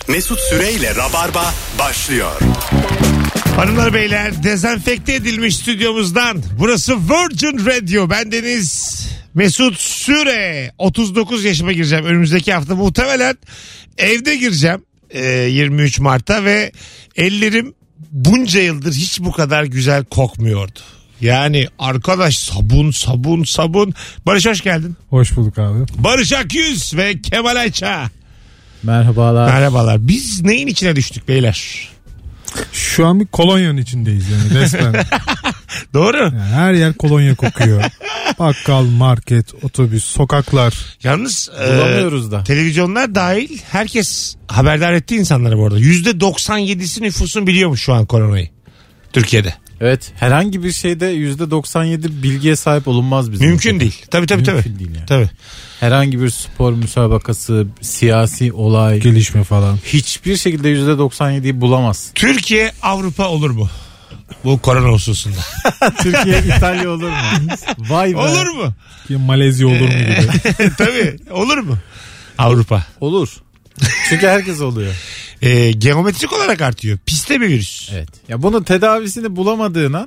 Mesut Süreyle Rabarba başlıyor. Hanımlar beyler, dezenfekte edilmiş stüdyomuzdan, burası Virgin Radio, bendeniz Mesut Süre. 39 yaşıma gireceğim önümüzdeki hafta, muhtemelen evde gireceğim 23 Mart'ta ve ellerim bunca yıldır hiç bu kadar güzel kokmuyordu. Yani arkadaş, sabun. Barış, hoş geldin. Hoş bulduk abi. Barış Akyüz ve Kemal Ayça. Merhabalar. Biz neyin içine düştük beyler? Şu an bir kolonyanın içindeyiz yani resmen. Doğru. Yani her yer kolonya kokuyor. Bakkal, market, otobüs, sokaklar. Yalnız bulamıyoruz da. Televizyonlar dahil herkes haberdar etti insanları bu arada. %97'si nüfusun biliyormuş şu an koronayı Türkiye'de. Evet, herhangi bir şeyde %97 bilgiye sahip olunmaz bizim. Mümkün değil. Tabii. Mümkün değil yani. Tabii. Herhangi bir spor müsabakası, siyasi olay, Gelişme falan. hiçbir şekilde %97'yi bulamaz. Türkiye Avrupa olur mu? Bu korona hususunda. Türkiye İtalya olur mu? Vay be. Olur mu? Malezya olur mu gibi. Tabii. Olur mu? Avrupa. Olur. Çünkü herkes oluyor. Geometrik olarak artıyor. Piste bir virüs. Evet. Ya bunun tedavisini bulamadığına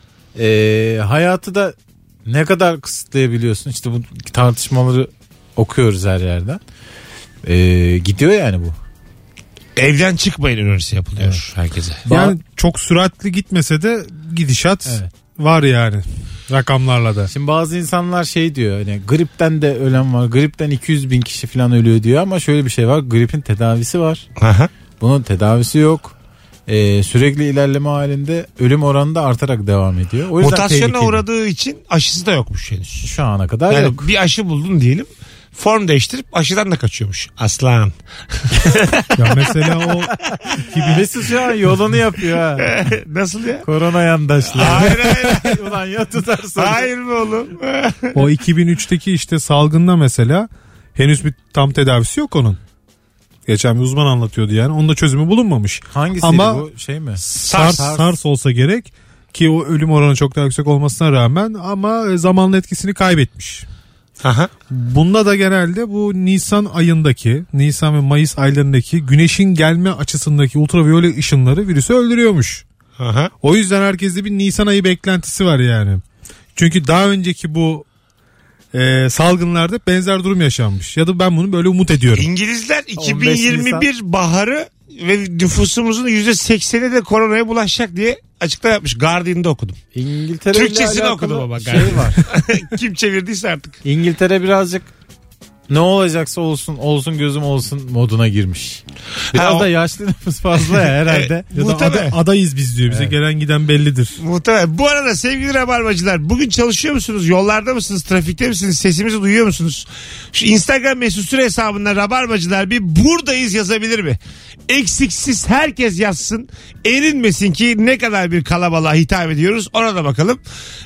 hayatı da ne kadar kısıtlayabiliyorsun? İşte bu tartışmaları okuyoruz her yerden. Gidiyor yani bu. Evden çıkmayın önerisi yapılıyor herkese. Yani çok süratli gitmese de gidişat var yani. Rakamlarla da. Şimdi bazı insanlar şey diyor, hani gripten de ölen var. Gripten 200 bin kişi falan ölüyor diyor ama şöyle bir şey var. Gripin tedavisi var. Aha. Bunun tedavisi yok. Sürekli ilerleme halinde ölüm oranı da artarak devam ediyor. O yüzden mutasyona tehlikeli. uğradığı için aşısı da yokmuş henüz. Şu ana kadar yani yok. bir aşı buldun diyelim. Form değiştirip aşıdan da kaçıyormuş. Aslan. Ya mesela o Mesut şu an yolunu yapıyor ha. Nasıl ya? Korona yandaşlığı. Hayır. Ulan ya tutarsan. Hayır mı oğlum? o 2003'teki işte salgında mesela henüz bir tam tedavisi yok onun. Geçen bir uzman anlatıyordu yani. Onun da çözümü bulunmamış. Hangisiydi ama bu? Şey mi? SARS olsa gerek ki o ölüm oranı çok daha yüksek olmasına rağmen ama zamanla etkisini kaybetmiş. Aha. Bunda da genelde bu Nisan ve Mayıs aylarındaki güneşin gelme açısındaki ultraviyole ışınları virüsü öldürüyormuş. Aha. O yüzden herkeste bir Nisan ayı beklentisi var yani. Çünkü daha önceki bu salgınlarda benzer durum yaşanmış. Ya da ben bunu böyle umut ediyorum. İngilizler 2021 baharı ve nüfusumuzun %80'i de koronaya bulaşacak diye açıklama yapmış. Guardian'da okudum. İngiltere Türkçesini okudum ama. Şey var. Kim çevirdiyse artık. İngiltere birazcık ne olacaksa olsun gözüm olsun moduna girmiş. Biraz da yaşlı nüfus fazla ya herhalde. Ya da adayız biz diyor. Bize gelen giden bellidir. Muhtemelen. Bu arada sevgili rabarbacılar, bugün çalışıyor musunuz? Yollarda mısınız? Trafikte misiniz? Sesimizi duyuyor musunuz? Şu Instagram Mesut Süre hesabında rabarbacılar bir buradayız yazabilir mi? Eksiksiz herkes yazsın. Erinmesin ki ne kadar bir kalabalığa hitap ediyoruz. Ona da bakalım.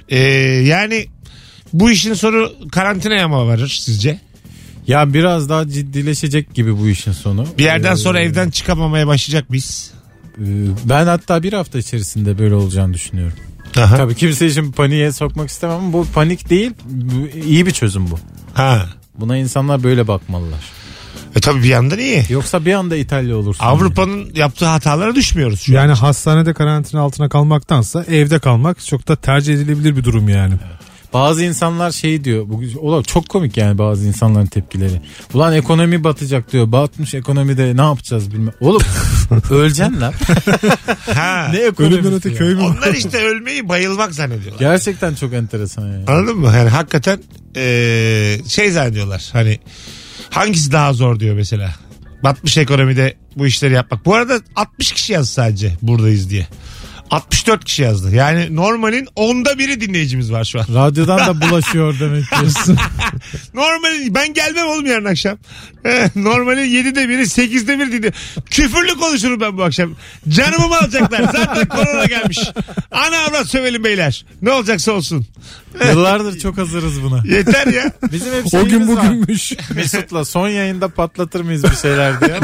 Yani bu işin sonu karantinaya mı varır sizce? Ya biraz daha ciddileşecek gibi bu işin sonu. Bir yerden sonra evden çıkamamaya başlayacak mıyız? Ben hatta bir hafta içerisinde böyle olacağını düşünüyorum. Aha. Tabii kimseyi şimdi paniğe sokmak istemem ama bu panik değil, iyi bir çözüm bu. Ha. Buna insanlar böyle bakmalılar. Tabii bir yandan iyi. Yoksa bir anda İtalya olursun. Avrupa'nın yaptığı hatalara düşmüyoruz şu an. Yani hastanede karantina altına kalmaktansa evde kalmak çok da tercih edilebilir bir durum yani. Bazı insanlar şey diyor. Ulan çok komik yani bazı insanların tepkileri. Ulan ekonomi batacak diyor. Batmış ekonomide ne yapacağız bilmem. Oğlum öleceksin lan. Ha. Ne ekonomisi Ölümden öte ya? köy mü? Onlar işte ölmeyi bayılmak zannediyorlar. Gerçekten çok enteresan yani. Anladın mı? Yani hakikaten şey zannediyorlar. Hani hangisi daha zor diyor mesela. Batmış ekonomide bu işleri yapmak. Bu arada 60 kişi yazdı sadece buradayız diye. 64 kişi yazdı. Yani normalin 1/10 dinleyicimiz var şu an. Radyodan da bulaşıyor demek ki. Normalin ben gelmem oğlum yarın akşam. Normalin 1/7, 8'de dinliyor. Küfürlü konuşurum ben bu akşam. Canımı mı alacaklar? Zaten korona gelmiş. Ana avrat sövelim beyler. Ne olacaksa olsun. Yıllardır çok hazırız buna. Yeter ya. Bizim hep O şeyimiz gün var. bugünmüş. Mesut'la son yayında patlatır mıyız bir şeyler diye ama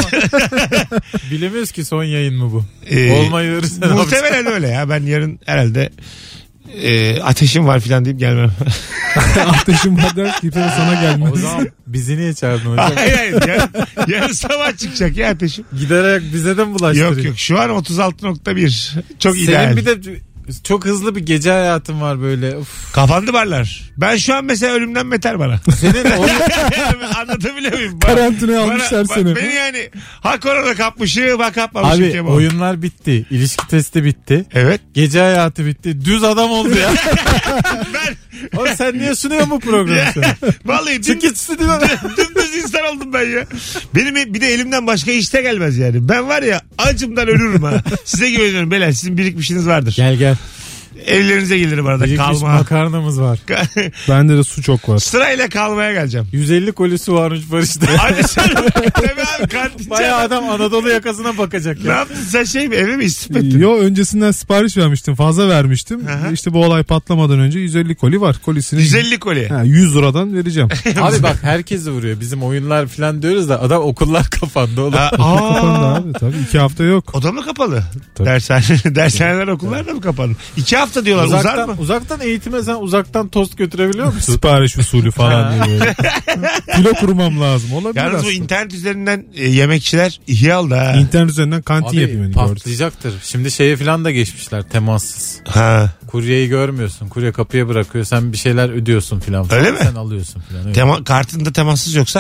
bilemiyoruz ki son yayın mı bu. Olmayı verirsen Muhtemelen öyle ya. Ben yarın herhalde ateşim var filan deyip gelmem. Ateşim var der kimse de sana gelmez. O zaman bizi niye çağırdın hocam? Hayır. Yarın sabah çıkacak ya ateşim. Giderek bize de mi bulaştırıyor? Yok şu an 36.1. Çok Senin ideal. bir de çok hızlı bir gece hayatın var böyle. Uf. Kapandı barlar. Ben şu an mesela ölümden beter bana. Senin Anlatabiliyor muyum? Karantinaya almışlar seni. Beni yani ha korona kapmışım ha kapmamışım. abi Kemal. oyunlar bitti. İlişki testi bitti. Evet. Gece hayatı bitti. Düz adam oldu ya. Ben Oğlum sen niye sunuyorsun bu programı sen? vallahi Çık git stüdyodan. dümdüz insan oldum ben ya. Benim bir de elimden başka işte gelmez yani. Ben var ya acımdan ölürüm ha. Size güveniyorum beyler, sizin birikmişiniz vardır. Gel. Evlerinize gelirim arada Birikmiş kalma. makarnamız var. Bende de su çok var. Sırayla kalmaya geleceğim. 150 kolisi varmış Barış'ta. Hadi sen tabii abi kantinci Bayağı adam. adam Anadolu yakasına bakacak Ne ya. yaptın sen, şey mi, eve mi istif ettin? Yo, öncesinden sipariş vermiştim. Fazla vermiştim. Aha. İşte bu olay patlamadan önce 150 koli var. Kolisini 150 koli. 100 liradan vereceğim. Abi bak herkesi vuruyor. Bizim oyunlar falan diyoruz da adam okullar kapandı oğlum. Kapandı abi tabii. 2 hafta yok. O da mı kapalı? Tabii. Dershaneler, okullar da mı kapalı? 2 hafta diyorlar, uzar mı? Uzaktan eğitime sen uzaktan tost götürebiliyor musun? Sipariş usulü falan diye böyle. Kilo kurmam lazım. Olabilir Yalnız bu aslında. internet üzerinden yemekçiler ihya aldı ha. İnternet üzerinden kantin yapayım. Abi Yani, patlayacaktır. Şimdi şeye falan da geçmişler temassız. Ha. Kuryeyi görmüyorsun. Kurye kapıya bırakıyor. Sen bir şeyler ödüyorsun falan. Öyle mi? Sen alıyorsun falan. Kartında temassız yoksa?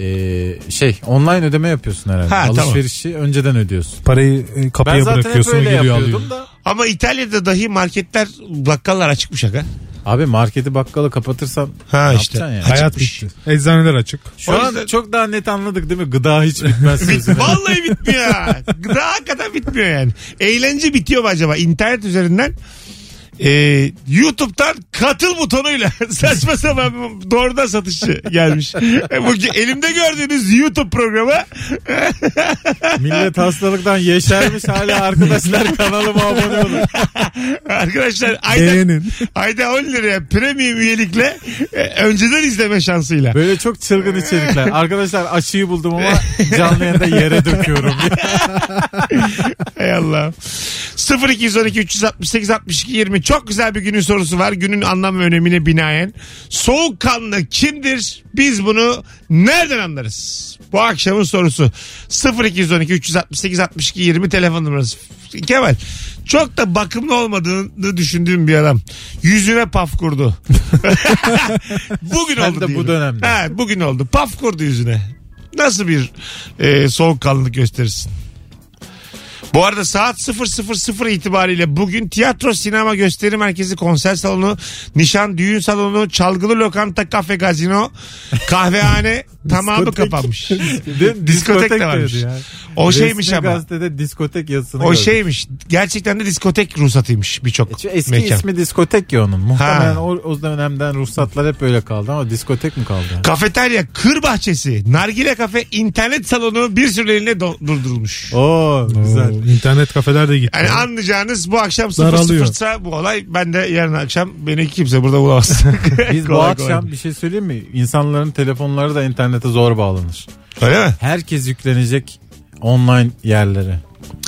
Online ödeme yapıyorsun herhalde. Ha, Alışverişi önceden ödüyorsun. Parayı Ben kapıya zaten hep bırakıyorsun, öyle geliyor alıyor. yapıyordum da. Ama İtalya'da dahi marketler, bakkallar açıkmış aga. Abi marketi bakkalı kapatırsan Ha ne işte. yapacaksın yani? Hayat Açıkmış. bitti. Eczaneler açık. Şu O an yüzden- çok daha net anladık değil mi? Gıda hiç bitmez sözüne. Vallahi bitmiyor ya. Gıda hakikaten bitmiyor yani. Eğlence bitiyor mu acaba? İnternet üzerinden YouTube'dan katıl butonuyla saçma sapan doğrudan satışı gelmiş. Bu elimde gördüğünüz YouTube programı Millet yeşermiş hala arkadaşlar kanalıma abone olun. arkadaşlar Beğenin. ayda 10 liraya premium üyelikle önceden izleme şansıyla. Böyle çok çılgın içerikler. Arkadaşlar aşıyı buldum ama canlı yayında yere döküyorum. Hay Allah. 0212 368 62 20 çok güzel bir günün sorusu var. Günün anlam ve önemine binaen. Soğukkanlı kimdir? Biz bunu nereden anlarız? Bu akşamın sorusu. 0212 368 62 20 telefon numarası. Kemal, çok da bakımlı olmadığını düşündüğüm bir adam. Yüzüne paf kurdu. Bugün Sen oldu de bu diyelim. dönemde. Ha, bugün oldu. Paf kurdu yüzüne. Nasıl bir soğukkanlılık gösterirsin? Bu arada saat 00:00 itibariyle bugün tiyatro, sinema, gösteri merkezi, konser salonu, nişan, düğün salonu, çalgılı lokanta, kafe, gazino, kahvehane tamamı kapanmış. Diskotek de varmış. diyordu ya. O şeymiş Resmi ama. gazetede diskotek yazısını O gördüm. şeymiş. Gerçekten de diskotek ruhsatıymış birçok Eski mekan. ismi diskotek ya onun. Muhtemelen Ha. o dönemden ruhsatlar hep öyle kaldı ama diskotek mi kaldı? Kafeterya, kır bahçesi, nargile kafe, internet salonu bir süreliğine durdurulmuş. Oo güzel. Oo, İnternet kafeler de gitti. Yani anlayacağınız bu akşam Daralıyor. 00'sa bu olay, ben de yarın akşam beni kimse burada bulamaz. Biz bu Kolay akşam kolay. bir şey söyleyeyim mi? İnsanların telefonları da internete zor bağlanır. Öyle mi? Herkes yüklenecek online yerlere.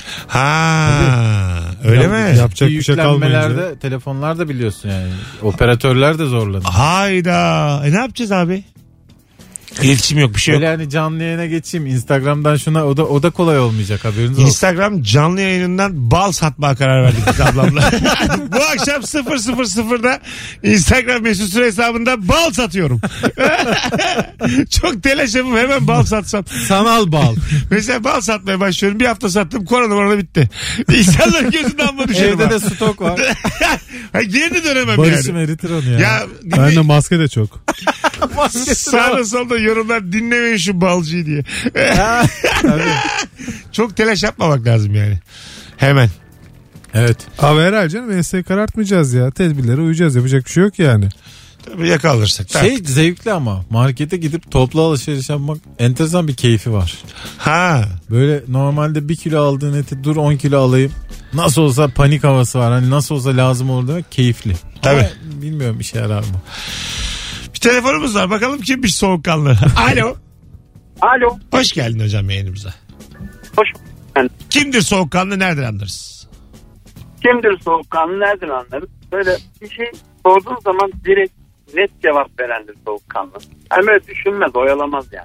Ha, öyle mi? Yapacak bir şey kalmayınca. Yüklenmelerde telefonlar da biliyorsun yani. Operatörler de zorlanır. Hayda. Ne yapacağız abi? İletişim yok, bir şey yok. Böyle hani canlı yayına geçeyim Instagram'dan şuna o da kolay olmayacak haberiniz olsun. Instagram canlı yayınından bal satmaya karar verdik biz ablamla. Bu akşam 00:00'da Instagram Mesut Süre hesabında bal satıyorum. Çok telaş yapıp hemen bal satsam. Sanal bal. Mesela bal satmaya başlıyorum. Bir hafta sattım, korona bitti. İnsanların gözünden mi düşerim? Evde de stok var. Ha, geri de dönemem Barış'ım yani. eritir onu ya. Ya Bende maske de çok. sağda solda yorumlar, dinlemeyin şu balcıyı diye. Ha, tabii. Çok telaş yapmamak lazım yani. Hemen. Evet. Abi herhalde canım mesleği karartmayacağız ya. Tedbirlere uyacağız. Yapacak bir şey yok yani. Tabii yakalanırsak. Zevkli ama markete gidip toplu alışveriş yapmak enteresan bir keyfi var. Ha. Böyle normalde 1 kilo aldığın eti dur 10 kilo alayım. Nasıl olsa panik havası var. Hani nasıl olsa lazım olur demek keyifli. Tabii. Ama bilmiyorum işe yarar mı? Bir telefonumuz var. Bakalım kimmiş soğukkanlı. Alo. Alo. Hoş geldin hocam yayınımıza. Hoş bulduk. Kimdir soğukkanlı, nereden anlarız? Kimdir soğukkanlı, nereden anlarız? Böyle bir şey sorduğun zaman direkt net cevap verendir soğukkanlı. Yani böyle düşünmez, oyalamaz yani.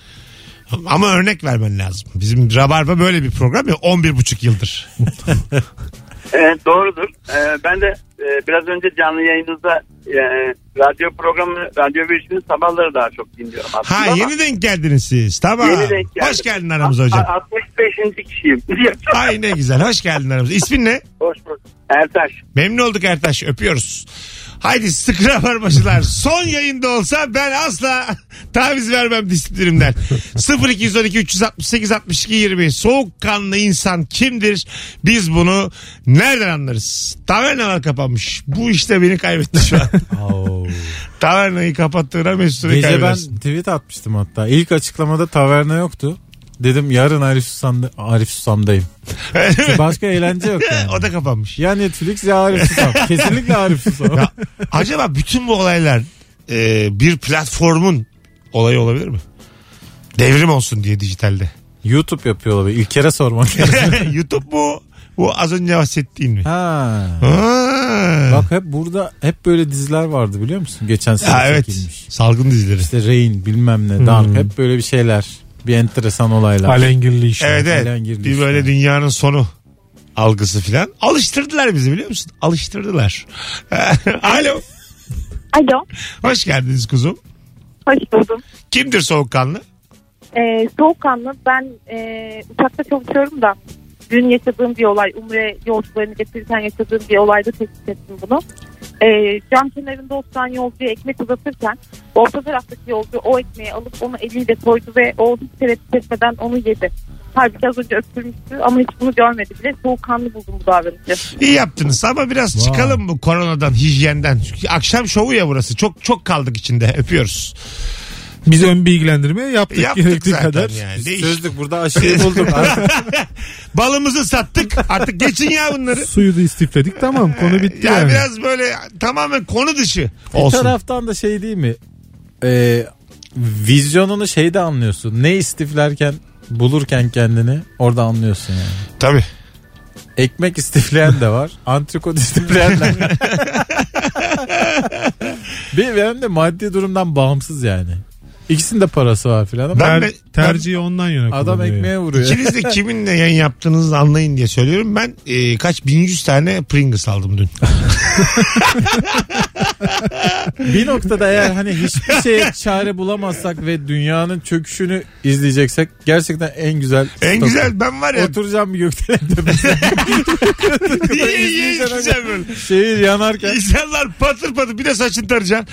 Ama örnek vermen lazım. Bizim Rabarba böyle bir program ya, 11,5 yıldır. Evet, doğrudur. Ben de biraz önce canlı yayınınızda radyo programı, radyo virüsünün sabahları daha çok dinliyorum aslında. Ha, yeni denk geldiniz siz. Tamam. Yeni denk geldim. Hoş geldin aramıza hocam. 65. kişiyim. Ay ne güzel. Hoş geldin aramıza. İsmin ne? Hoş bulduk. Ertaş. Memnun olduk Ertaş. Öpüyoruz. Haydi sıkı Rabarbacılar. Son yayında olsa ben asla taviz vermem disiplinimden. 0212 368 62 20. Soğukkanlı insan kimdir? Biz bunu nereden anlarız? Tavernalar kapanmış. Bu işte beni kaybetti şu an. Tavernayı kapattığına Mesut Süre Gece ben kaybedersin. tweet atmıştım hatta. İlk açıklamada taverna yoktu. Dedim yarın Arif Susam'dayım. Başka eğlence yok yani. O da kapanmış. Ya Netflix ya Arif Susam. Kesinlikle Arif Susam. Ya, acaba bütün bu olaylar bir platformun olayı olabilir mi? Devrim olsun diye dijitalde. YouTube yapıyor olabilir. İlk kere sormak lazım. YouTube mu? Bu az önce bahsettiğin mi? Ha. Ha. Bak hep burada hep böyle diziler vardı biliyor musun? Geçen sene Ya evet. çekilmiş. Salgın dizileri. İşte Rain bilmem ne Dark hep böyle bir şeyler. Bir enteresan olaylar. Alengirli işte. Evet evet. Alengirli Bir işte. böyle dünyanın sonu algısı filan. Alıştırdılar bizi biliyor musun? Alıştırdılar. Alo. Alo. Hoş geldiniz kuzum. Hoş buldum. Kimdir soğukkanlı? Soğukkanlı ben uçakta çalışıyorum da dün yaşadığım bir olay, Umre yolcularını getirirken yaşadığım bir olayda tespit ettim bunu. Cam kenarında oturan yolcuya ekmek uzatırken orta taraftaki yolcu o ekmeği alıp onu eliyle koydu ve o hiç tereddüt etmeden onu yedi. Halbuki az önce öptürmüştü ama hiç bunu görmedi bile. Soğukkanlı buldum bu davranışı. İyi yaptınız ama biraz çıkalım bu koronadan, hijyenden. Çünkü akşam şovu ya burası. Çok çok kaldık içinde. Öpüyoruz. Biz ön bilgilendirme yaptık Yaptık gerektiği zaten kadar. yani. Çözdük burada aşıyı bulduk. Balımızı sattık. Artık geçin ya bunları. Suyu da istifledik, tamam, konu bitti Ya yani. biraz böyle tamamen konu dışı Bir olsun. taraftan da şey değil mi? Vizyonunu şeyde anlıyorsun. Ne istiflerken bulurken kendini orada anlıyorsun yani. Tabii. Ekmek istifleyen de var. Antrikot istifleyen de var. Benim de maddi durumdan bağımsız yani. İkisinin de parası var filan ama Ben de- Tercihi ondan yana adam kullanıyor. ekmeğe vuruyor. İkiniz de kiminle yayın yaptığınızı anlayın diye söylüyorum. Ben kaç 1100 tane Pringles aldım dün. Bir noktada eğer hani hiçbir şeye çare bulamazsak ve dünyanın çöküşünü izleyeceksek gerçekten en güzel En stok. güzel ben var ya. Oturacağım bir gökdelen tepesine. Niye yiyeceğim böyle? Şehir yanarken. İnsanlar patır patır bir de saçını tarayacaksın.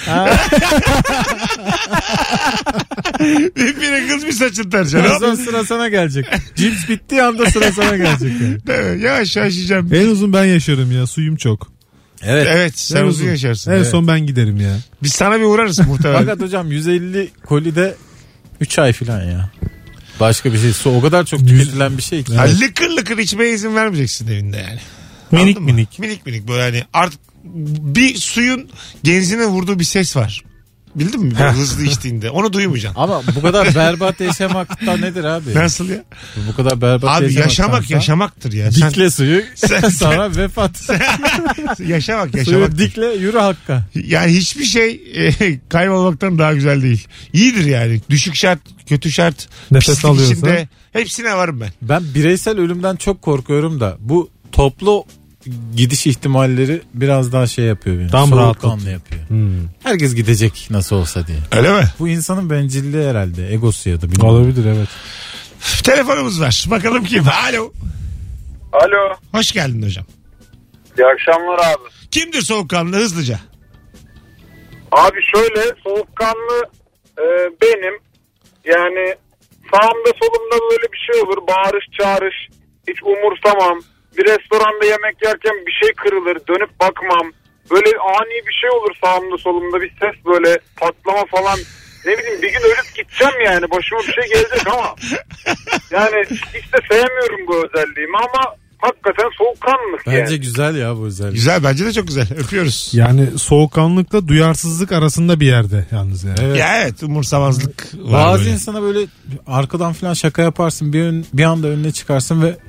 Bir Pringles bir saçını tarayacaksın. En son sıra sana gelecek. Cips bittiği anda sıra sana gelecek. Yani. Değil mi? Yavaş yavaş yiyeceğim. En uzun ben yaşarım ya, suyum çok. Evet. Evet sen En uzun yaşarsın. En Evet. son ben giderim ya. Biz sana bir uğrarız muhtemelen. Fakat hocam 150 kolide 3 ay falan ya. Başka bir şey. Su o kadar çok tüketilen bir şey ki. Ha, lıkır lıkır içmeye izin vermeyeceksin evinde yani. Minik Anladın mı? minik. Minik minik böyle hani artık bir suyun genzine vurduğu bir ses var. Bildin mi? Böyle hızlı içtiğinde. Onu duymayacaksın. Ama bu kadar berbat yaşamaktan nedir abi? Nasıl ya? Bu kadar berbat Abi yaşamak yaşamakttansa- yaşamaktır ya. Dikle suyu Sen- sonra vefat. Yaşamak Suyu yaşamaktır. dikle yürü hakka. Yani hiçbir şey kaybolmaktan daha güzel değil. İyidir yani. Düşük şart, kötü şart, Nefes pislik alıyorsa. içinde hepsine varım ben. Ben bireysel ölümden çok korkuyorum da bu toplu gidiş ihtimalleri biraz daha şey yapıyor beni. Tam Soğukkanlı rahatlatıyor. yapıyor. Herkes gidecek nasıl olsa diye. Öyle mi? Bu insanın bencilliği herhalde. Egosu ya da bilmiyorum. Olabilir, evet. Telefonumuz var. Bakalım kim? Alo. Alo. Hoş geldin hocam. İyi akşamlar abi. Kimdir soğukkanlı hızlıca? Abi şöyle, soğukkanlı benim. Yani sağımda solumda böyle bir şey olur. Bağırış çağırış. Hiç umursamam. Bir restoranda yemek yerken bir şey kırılır. Dönüp bakmam. Böyle ani bir şey olur sağımda solumda. Bir ses böyle patlama falan. Ne bileyim bir gün ölüp gideceğim yani. Başıma bir şey gelecek ama. Yani hiç de sevmiyorum bu özelliğimi ama hakikaten soğukkanlılık Bence yani. güzel ya bu özellik. Güzel bence de çok güzel. Öpüyoruz. Yani soğukkanlılıkla duyarsızlık arasında bir yerde yalnız yani. Evet. Ya evet umursamazlık var Bazı böyle. insana böyle arkadan falan şaka yaparsın bir anda önüne çıkarsın ve hiç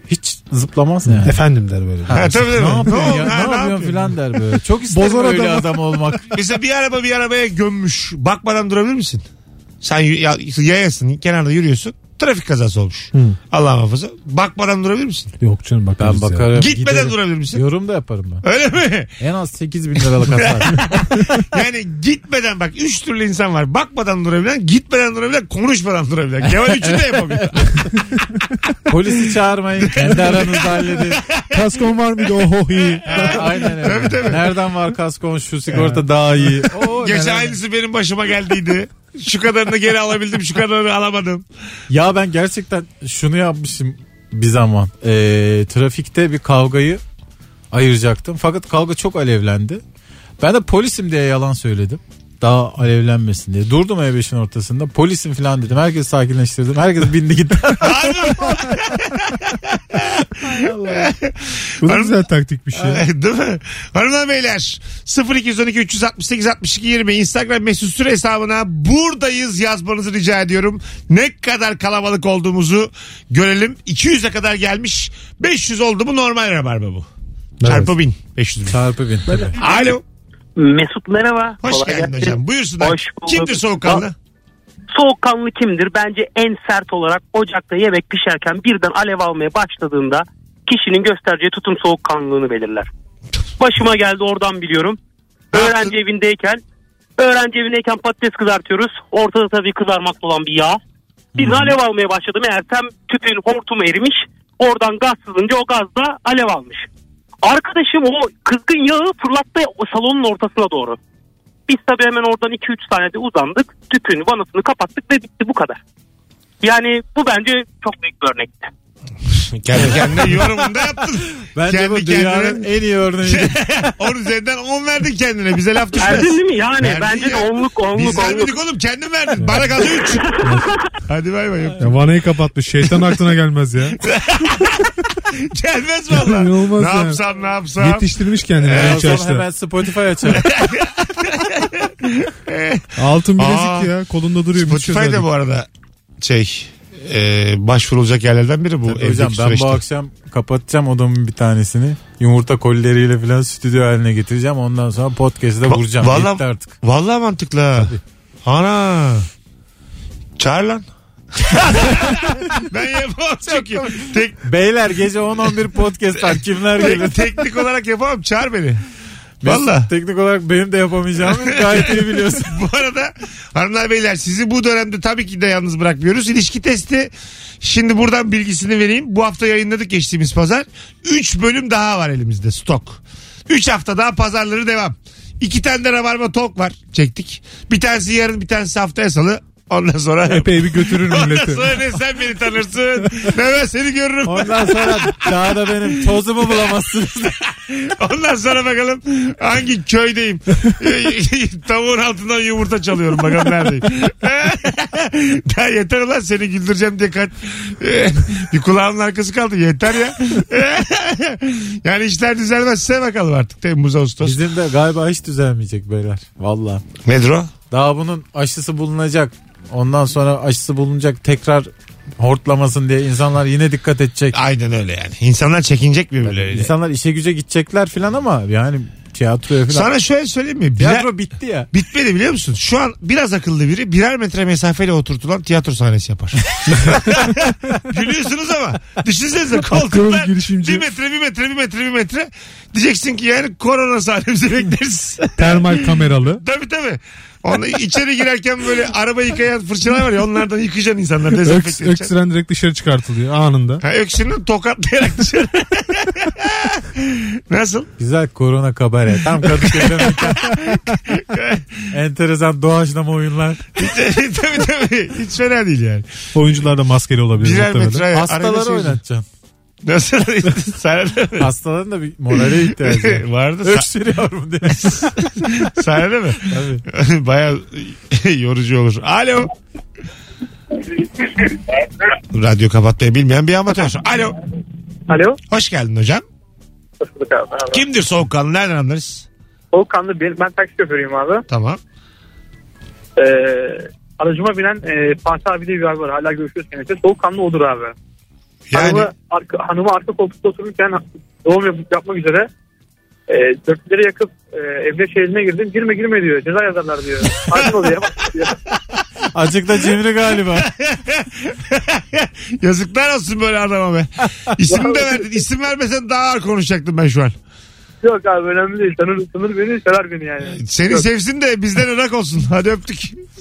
zıplamaz yani. Efendim der böyle. Ha, tabii, tabii. Ne yapıyorsun Ne ya? oldu? Ne yapıyorsun filan der böyle. Çok isterim Bozar öyle adamı. adam olmak. Mesela bir araba bir arabaya gömmüş. Bakmadan durabilir misin? Sen yayasın, kenarda yürüyorsun. Trafik kazası olmuş. Allah muhafaza. Bakmadan durabilir misin? Yok canım bakarız Ben ya. bakarım. Gitmeden giderim. durabilir misin? Yorum da yaparım ben. Öyle mi? En az 8.000 liralık hasar. Yani gitmeden bak 3 türlü insan var. Bakmadan durabilen, gitmeden durabilen, konuşmadan durabilen. Kemal üçünü de yapamıyor. Polisi çağırmayın. Kendi aranızda halledin. Kaskon var mıydı? Oho iyi. Aynen öyle. Tabii, tabii. Nereden var kaskon, şu sigorta daha iyi. Geçen aynısı benim başıma geldiydi. Şu kadarını geri alabildim, şu kadarını alamadım. Ya ben gerçekten şunu yapmışım bir zaman. Trafikte bir kavgayı ayıracaktım. Fakat kavga çok alevlendi. Ben de polisim diye yalan söyledim. Daha alevlenmesin diye. Durdum E5'in ortasında. Polisim falan dedim. Herkes sakinleştirdim. Herkes bindi gitti. Bu da güzel taktik bir şey. Değil mi? Hanımlar beyler 0212 368 62 20 Instagram mesut süre hesabına buradayız yazmanızı rica ediyorum. Ne kadar kalabalık olduğumuzu görelim. 200'e kadar gelmiş. 500 oldu mu normal rabarba bu. Evet. Çarpı 1000. 500 bin. Çarpı bin. Alo. Mesut merhaba. Hoş Kolay geldin gelsin. hocam. Buyursunlar. Hoş bulduk. Kimdir soğukkanlı? Soğukkanlı kimdir? Bence en sert olarak ocakta yemek pişerken birden alev almaya başladığında kişinin göstereceği tutum soğukkanlılığını belirler. Başıma geldi, oradan biliyorum. Öğrenci evindeyken patates kızartıyoruz. Ortada tabii kızarmakta olan bir yağ. Bir alev almaya başladım. Meğersem tüpün hortumu erimiş. Oradan gaz sızınca o gaz da alev almış. Arkadaşım o kızgın yağı fırlattı o salonun ortasına doğru. Biz tabii hemen oradan 2-3 saniyede uzandık. Tüpün vanasını kapattık ve bitti, bu kadar. Yani bu bence çok büyük bir örnekti. Kendi kendine yorumunda yaptın. Bence Kendi bu dünyanın en iyi örneği. 10 üzerinden 10 verdin kendine. Bize laf düşmez. Verdin değil mi? Yani Verdin bence de ya. onluk. Biz vermedik oğlum, kendin verdin. Bana kaldı 3. Hadi bay bay. Ya vanayı kapatmış. Şeytan aklına gelmez ya. Gelmez valla. Ne olmaz ne yani. yapsam. Yetiştirmiş kendini. En genç son yaşta. hemen Spotify açalım. Altın bilezik Aa, ya. Kolunda duruyor. Spotify'da bu arada başvurulacak yerlerden biri bu. Hocam evdeki ben süreçte. bu akşam kapatacağım odamın bir tanesini. Yumurta kolleriyle falan stüdyo haline getireceğim. Ondan sonra podcast'e vuracağım. Vallahi- Yetti artık. Vallahi mantıklı ha. Ana. Çağır lan. Ben yapamam çünkü. Beyler gece 10-11 podcast var. Kimler gelir? Teknik olarak yapamam. Çağır beni. Valla. Teknik olarak benim de yapamayacağımı gayet iyi biliyorsun. Bu arada hanımlar beyler sizi bu dönemde tabii ki de yalnız bırakmıyoruz. İlişki testi, şimdi buradan bilgisini vereyim. Bu hafta yayınladık geçtiğimiz pazar. 3 bölüm daha var elimizde, stok. 3 hafta daha pazarları devam. 2 tane de Rabarba Talk var, çektik. Bir tanesi yarın, bir tanesi haftaya salı. Ondan sonra Epey bir götürür ondan milleti. sonra ne sen beni tanırsın ne ben seni görürüm. Ondan sonra daha da benim tozumu bulamazsınız. Ondan sonra bakalım hangi köydeyim. Tavuğun altından yumurta çalıyorum, bakalım neredeyim. Daha yeter ulan, seni güldüreceğim diye bir kulağımın arkası kaldı, yeter ya. Yani işler düzelmezse bakalım artık Temmuz Ağustos. Bizim de galiba hiç düzelmeyecek beyler. Valla. Nedir o? Daha bunun aşısı bulunacak. Ondan sonra aşısı bulunacak, tekrar hortlamasın diye insanlar yine dikkat edecek. Aynen öyle yani. İnsanlar çekinecek birbirleriyle. İnsanlar işe güce gidecekler filan ama yani tiyatroya filan. Sana şöyle söyleyeyim mi? Tiyatro bitti ya. Bitmedi biliyor musun? Şu an biraz akıllı biri birer metre mesafeyle oturtulan tiyatro sahnesi yapar. Gülüyorsunuz ama düşünsenize, koltuklar girişimci. 1 metre. Diyeceksin ki yani korona sahnemizi bekleriz. Termal kameralı. Tabii. Onu içeri girerken böyle araba yıkayan fırçalar var ya, onlardan yıkayacaksın insanlar. Dezenfekte edeceksin. Öksüren direkt dışarı çıkartılıyor anında. Öksürüğünü tokatlayarak dışarı. Nasıl? Güzel korona kabare. Tam Kadıköy'de mekan. Enteresan doğaçlama oyunlar. tabii. Hiç fena değil yani. Oyuncular da maskeli olabilir. Birer muhtemelen. metre. Hastaları oynatacaksın. Nasıl? Sahnede mi? Hastaların da bir morale ihtiyacı var. Vardı. Öksürüyorum diye. Sahnede mi? Tabii. Baya yorucu olur. Alo. Radyo kapatmayı bilmeyen bir amatör. Alo. Alo. Hoş geldin hocam. Hoş bulduk abi. Merhaba. Kimdir soğukkanlı? Nereden anlarız? Soğukkanlı ben taksi şoförüyüm abi. Tamam. Aracıma binen Fatih abi diye bir abi var. Hala görüşüyoruz kendisi. Soğukkanlı odur abi. Yani Hanımı arka koltukta otururken doğum yapmak üzere dörtleri yakıp evde şehrine girdim. Girme diyor. Ceza yazarlar diyor. Hakim oluyor. Azıcık da cimri galiba. yazıklar olsun böyle adama be. İsim de verdin. İsim vermesen daha ağır konuşacaktım ben şu an. Yok abi önemli değil. Tanır beni, sever beni yani. Seni Yok. sevsin de bizden ırak olsun. Hadi öptük.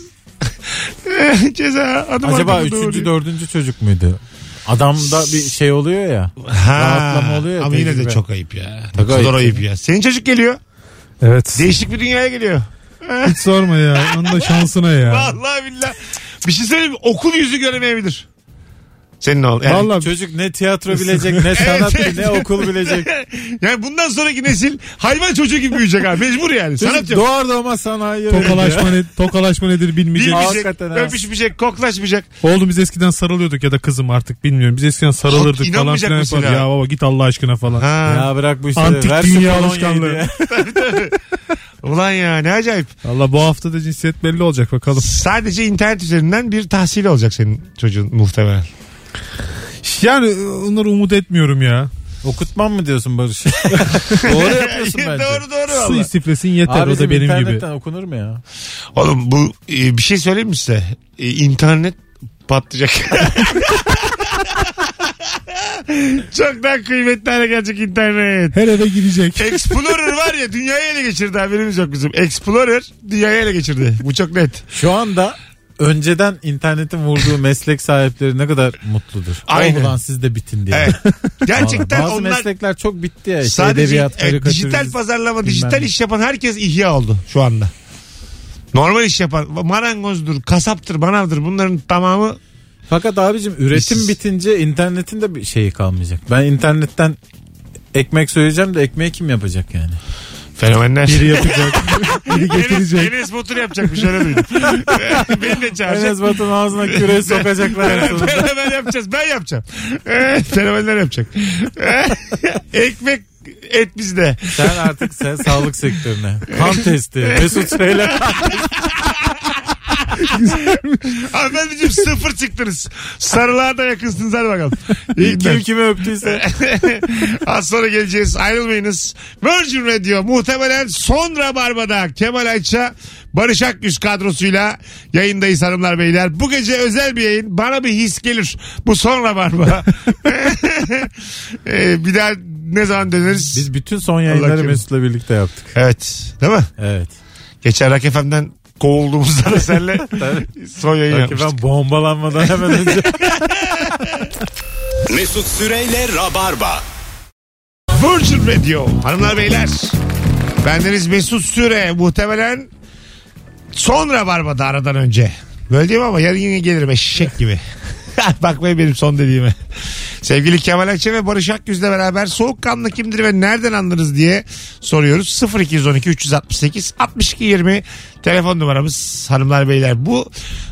Ceza. Acaba 3. 4. çocuk muydu? Adamda bir şey oluyor ya. Rahatlama oluyor ya. Ama yine de tecrübe. çok ayıp ya. Ne Çok kadar ayıp ayıp ya. Senin çocuk geliyor. Evet. Değişik bir dünyaya geliyor. Hiç sorma ya. Onun da şansına ya. Vallahi billahi. Bir şey söyleyeyim mi? Okul yüzü göremeyebilir. Senin ol. Yani, Vallahi Çocuk ne tiyatro bilecek, ne sanat ne okul bilecek. yani bundan sonraki nesil hayvan çocuğu gibi büyüyecek abi. Mecbur yani. Sanat Çocuk yok. doğar doğmaz sanayi. tokalaşma nedir bilmeyecek. Bilmeyecek, Hakikaten ha. öpüşmeyecek, koklaşmayacak. Oğlum biz eskiden sarılıyorduk ya da kızım artık bilmiyorum. Biz eskiden sarılırdık falan inanmayacak filan mesela. yapardık. Ya baba git Allah aşkına falan. Ha. Ya bırak bu işleri. Antik Ver şu dünya kolonyayı alışkanlığı. diye. Ulan ya ne acayip. Allah bu hafta da cinsiyet belli olacak bakalım. Sadece internet üzerinden bir tahsili olacak senin çocuğun muhtemelen. Yani onları umut etmiyorum ya. Okutmam mı diyorsun Barış? Doğru yapıyorsun bence. Doğru Su valla. istiflesin yeter o Abicim da benim gibi. internetten okunur mu ya? Oğlum bu bir şey söyleyeyim mi size? İnternet patlayacak. Çok daha kıymetli hale gelecek internet. Her eve girecek. Explorer var ya dünyayı ele geçirdi, haberimiz yok bizim. Explorer dünyayı ele geçirdi. Bu çok net. Şu anda önceden internetin vurduğu meslek sahipleri ne kadar mutludur. Aynen. Ulan siz de bitin diye. Evet. Gerçekten Bazı onlar meslekler çok bitti ya. İşte sadece edebiyat, karikatür, dijital pazarlama, bilmem dijital ne. iş yapan herkes ihya oldu şu anda. Normal iş yapan marangozdur, kasaptır, manavdır, bunların tamamı. Fakat abicim üretim İşsiz. bitince internetin de bir şeyi kalmayacak. Ben internetten ekmek söyleyeceğim de ekmeği kim yapacak yani? Fenomenler. Biri yapacak. Biri getirecek. Enes Batur yapacakmış öyle duydum. Beni de çağıracak. Enes Batur'un ağzına küre sokacaklar en sonunda. Fenomen yapacağız. Ben yapacağım. Fenomenler yapacak. Ekmek et bizde. Sen artık sağlık sektörüne. Kan testi. Mesut Süreyle Hanımefendiciğim 0 çıktınız. Sarılığa da yakınsınız, hadi bakalım. kim kimi öptüyse. Az sonra geleceğiz, ayrılmayınız. Virgin Radio muhtemelen son Rabarba'da Kemal Ayça, Barış Akgüz kadrosuyla yayındayız hanımlar beyler. Bu gece özel bir yayın. Bana bir his gelir. Bu son Rabarba. Bir daha ne zaman döneriz? Biz bütün son Allah yayınları kim? Mesut'la birlikte yaptık. Evet. Değil mi? Evet. Geçen Rock FM'den kovulduğumuzda da senle son yayın Belki yapmıştık. ben bombalanmadan hemen önce. Mesut Süreyle Rabarba. Virgin Radio hanımlar beyler. Bendeniz Mesut Süre, muhtemelen son Rabarba'da aradan önce. Böyle diyeyim ama yarın yine gelirim eşek gibi. Bakmayın benim son dediğime. Sevgili Kemal Ayça ve Barış Akgüz'le beraber soğukkanlı kimdir ve nereden anlarız diye soruyoruz. 0212 368 62 20 telefon numaramız hanımlar beyler. Bu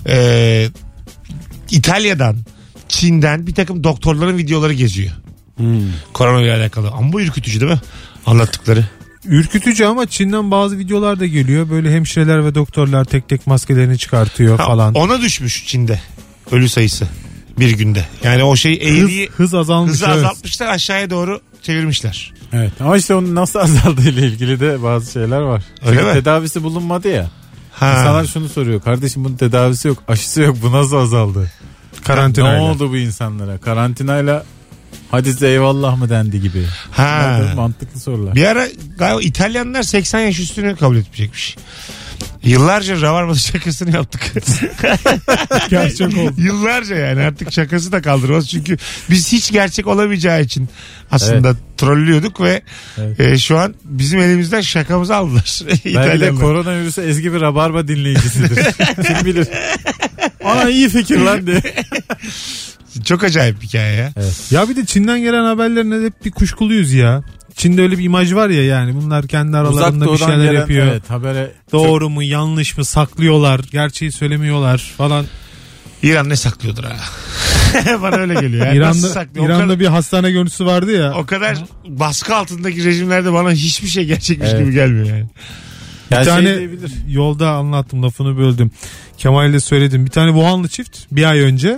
İtalya'dan, Çin'den bir takım doktorların videoları geziyor. Korona ile alakalı. Ama bu ürkütücü değil mi? Anlattıkları. Ürkütücü ama Çin'den bazı videolar da geliyor. Böyle hemşireler ve doktorlar tek tek maskelerini çıkartıyor falan. Ona düşmüş Çin'de ölü sayısı bir günde. Yani o şey eğriyi Hız azalmış. hızı evet. azaltmışlar, aşağıya doğru çevirmişler. Evet. Ama işte onun nasıl azaldığı ile ilgili de bazı şeyler var. Öyle Çünkü mi? tedavisi bulunmadı ya. Ha. İnsanlar şunu soruyor. Kardeşim bunun tedavisi yok, aşısı yok. Bu nasıl azaldı? Karantinayla. Ne oldu bu insanlara? Karantinayla hadi size eyvallah mı dendi gibi. Ha. Bunlar da mantıklı sorular. Bir ara galiba İtalyanlar 80 yaş üstünü kabul etmeyecekmiş. Yıllarca Rabarba şakasını yaptık. Gerçek oldu. Yıllarca yani artık şakası da kaldırmaz. Çünkü biz hiç gerçek olamayacağı için aslında trollüyorduk ve Evet. şu an bizim elimizden şakamızı aldılar. Belki de İtalyanlar. koronavirüse ezgi bir Rabarba dinleyicisidir. Kim bilir. Ana iyi fikir lan diye. Çok acayip bir hikaye ya. Ya bir de Çin'den gelen haberlerine hep bir kuşkuluyuz ya. Çin'de öyle bir imaj var ya, yani bunlar kendi Uzak aralarında bir doğudan şeyler gelen, yapıyor. evet, habere Doğru mu yanlış mı saklıyorlar, gerçeği söylemiyorlar falan. İran ne saklıyordur ha? Bana öyle geliyor. Yani nasıl saklıyor? İran'da bir hastane görüntüsü vardı ya. O kadar baskı altındaki rejimlerde bana hiçbir şey gerçekmiş Evet. gibi gelmiyor yani. Bir yani tane diyebilir. yolda anlattım, lafını böldüm. Kemal'le söyledim. Bir tane Wuhanlı çift bir ay önce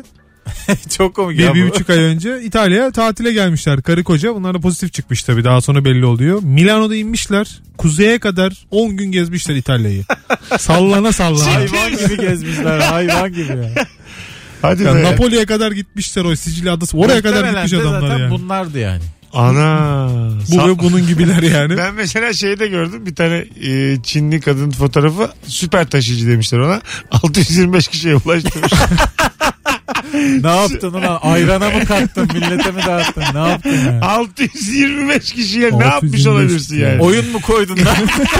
Çok komik Bir, ya. 1,5 ay önce İtalya'ya tatile gelmişler karı koca. Bunlar da pozitif çıkmış tabii, daha sonra belli oluyor. Milano'da inmişler. Kuzeye kadar 10 gün gezmişler İtalya'yı. Sallana sallana. Hayvan gibi gezmişler, hayvan gibi ya. Hadi Ya be. Napoli'ye kadar gitmişler, o Sicilya adası. Oraya kadar Muhtemelen gitmiş de adamlar zaten yani. bunlardı yani. Ana. Bu ve bunun gibiler yani. Ben mesela şeyde gördüm bir tane Çinli kadın fotoğrafı, süper taşıyıcı demişler ona. 625 kişiye ulaştırmış. Ne yaptın ulan? Ayrana mı kattın? Millete mi dağıttın? Ne yaptın ya? 625 kişiye ne 625 yapmış olabilirsin yani? Oyun mu koydun lan?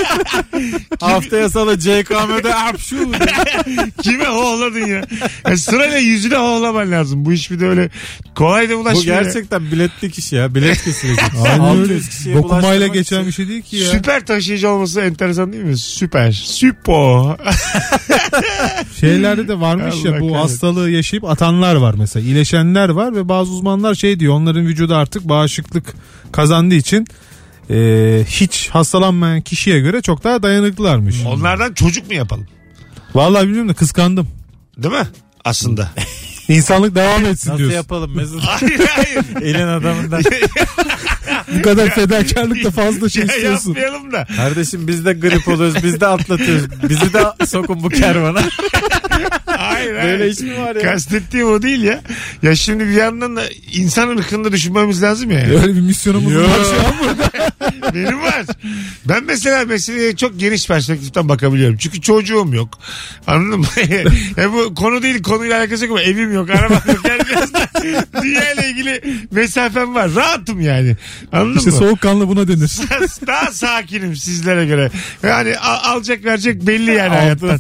Haftaya salı CKM'de apşu. Kime hoğladın ya? Sırayla yüzüne hoğlaman lazım. Bu iş bir de öyle kolay da Bu ulaşmıyor. gerçekten biletlik iş ya. Bilet kesilecek. Aynen öyle. 600 kişiye Dokumayla ulaştırmak geçen için. bir şey değil ki ya. Süper taşıyıcı olması enteresan değil mi? Süper. Süpo. Şeylerde de varmış Allah ya, bu kahretsin. hastalığı yaşayıp atanlar var mesela. İyileşenler var ve bazı uzmanlar şey diyor, onların vücudu artık bağışıklık kazandığı için hiç hastalanmayan kişiye göre çok daha dayanıklılarmış. Onlardan çocuk mu yapalım? Vallahi bilmiyorum da kıskandım. Değil mi? Aslında. İnsanlık devam etsin Nasıl diyorsun. yapalım Mesut? Hayır hayır. Elin adamından. Bu kadar fedakarlıkla fazla şey Ya istiyorsun. yapmayalım da. Kardeşim biz de grip oluyoruz. Biz de atlatıyoruz. Bizi de sokun bu kervana. Hayır hayır. Böyle iş mi var ya? Kastettiğim o değil ya. Ya şimdi bir yandan da insan ırkını düşünmemiz lazım ya. Öyle bir misyonumuz var şu an burada. Benim var. Ben mesela meseleye çok geniş perspektiften bakabiliyorum. Çünkü çocuğum yok. Anladın mı? Bu konu değil, konuyla alakası yok ama evim yok, arabam yok. Yani biraz da dünya ile ilgili mesafem var. Rahatım yani. Anladın İşte mı? soğukkanlı buna denir. Daha sakinim sizlere göre. Yani alacak verecek belli yani hayattan.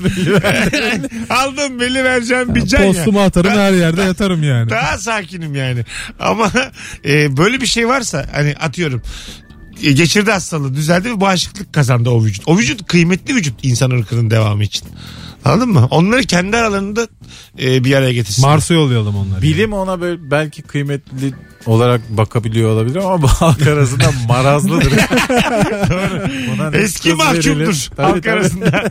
Aldım belli, vereceğim bir can ya. Postumu atarım, her yerde yatarım yani. Daha sakinim yani. Ama böyle bir şey varsa, hani atıyorum, geçirdi hastalığı, düzeldi ve bağışıklık kazandı o vücut. O vücut kıymetli vücut insan ırkının devamı için. Anladın mı? Onları kendi aralarında bir araya getirsin. Mars'a yollayalım onları. Bilim ona böyle belki kıymetli olarak bakabiliyor olabilir ama bu halk arasında marazlıdır. Buna ne Eski kız verelim. mahkumdur Tabii, halk tabii. arasında.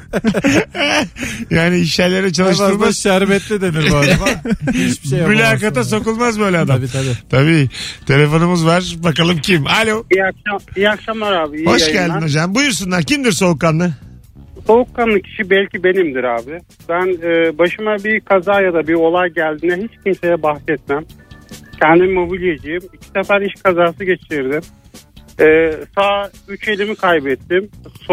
Yani iş yerlere En fazla çalıştırmaz. şerbetli denir bu adama. Hiçbir şey yapamazsın. Mülakata sokulmaz böyle adam. Tabii tabii. Tabii. Telefonumuz var. Bakalım kim? Alo. İyi akşamlar abi. İyi Hoş yayınlar. geldin hocam. Buyursunlar. Kimdir soğukkanlı? Soğukkanlı kişi belki benimdir abi. Ben başıma bir kaza ya da bir olay geldiğinde hiç kimseye bahsetmem. Kendim mobilyacıyım. 2 sefer iş kazası geçirdim. Sağ 3 elimi kaybettim.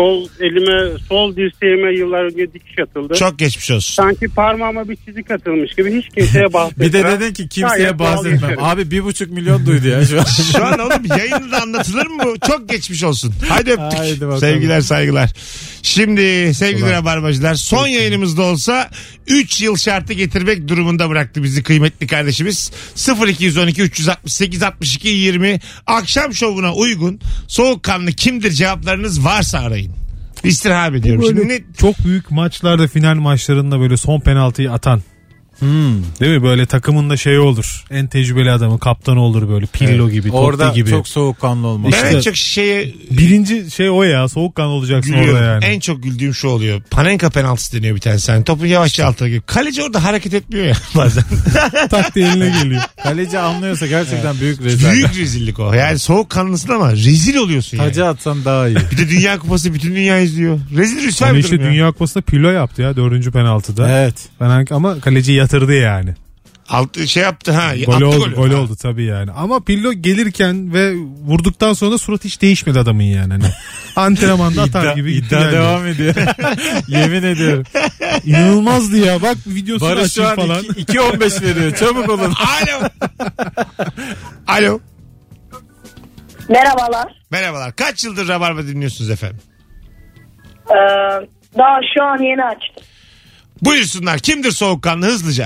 Sol dirseğime yıllar önce dikiş atıldı. Çok geçmiş olsun. Sanki parmağıma bir çizik atılmış gibi hiç kimseye bahsetmem. Bir de dedin ki kimseye Gayet doğal bahsetmem. yaşarım. Abi 1,5 milyon duydu ya şu an. Şu an oğlum yayında anlatılır mı bu? Çok geçmiş olsun. Haydi öptük. Haydi bakalım. Sevgiler saygılar. Şimdi sevgili rabarbacılar, son yayınımızda olsa 3 yıl şartı getirmek durumunda bıraktı bizi kıymetli kardeşimiz. 0212 368 62 20 akşam şovuna uygun soğukkanlı kimdir cevaplarınız varsa arayın. İstirham ediyorum. Böyle Şimdi çok büyük maçlarda, final maçlarında böyle son penaltıyı atan. Değil mi? Böyle takımında şey olur. En tecrübeli adamı, kaptanı olur böyle. Pirlo gibi, Orada Totti gibi. çok soğukkanlı olmak. ben İşte- en çok şeye Birinci şey o ya. Soğukkanlı olacaksın gülüyorum. orada yani. En çok güldüğüm şu oluyor. Panenka penaltısı deniyor bir tane. Sen topu yavaşça altına giriyor. Kaleci orada hareket etmiyor ya bazen. Tak diye eline geliyor. Kaleci anlıyorsa gerçekten büyük rezalet. Büyük rezillik o. Yani soğukkanlısın ama rezil oluyorsun yani. Tacı atsan daha iyi. Bir de Dünya Kupası bütün dünya izliyor. Rezil rüsva Hani bir işte durum ya. Dünya Kupası'nda Pirlo yaptı ya 4. penaltıda. Evet. Ama kaleci yatırdı yani. Altı şey yaptı ha. Gol attı oldu, golü. gol Ha. oldu tabii yani. Ama Pirlo gelirken ve vurduktan sonra da surat hiç değişmedi adamın yani. Hani antrenmanda atar gibi gitti İddia yani. devam ediyor. Yemin ediyorum. İnanılmazdı ya. Bak videosunu Barış şu açayım an falan. 2.15 veriyor. Çabuk olun. Alo. Alo. Merhabalar. Merhabalar. Kaç yıldır Rabarba dinliyorsunuz efendim? Daha şu an yeni açtım. Buyursunlar. Kimdir soğukkanlı hızlıca?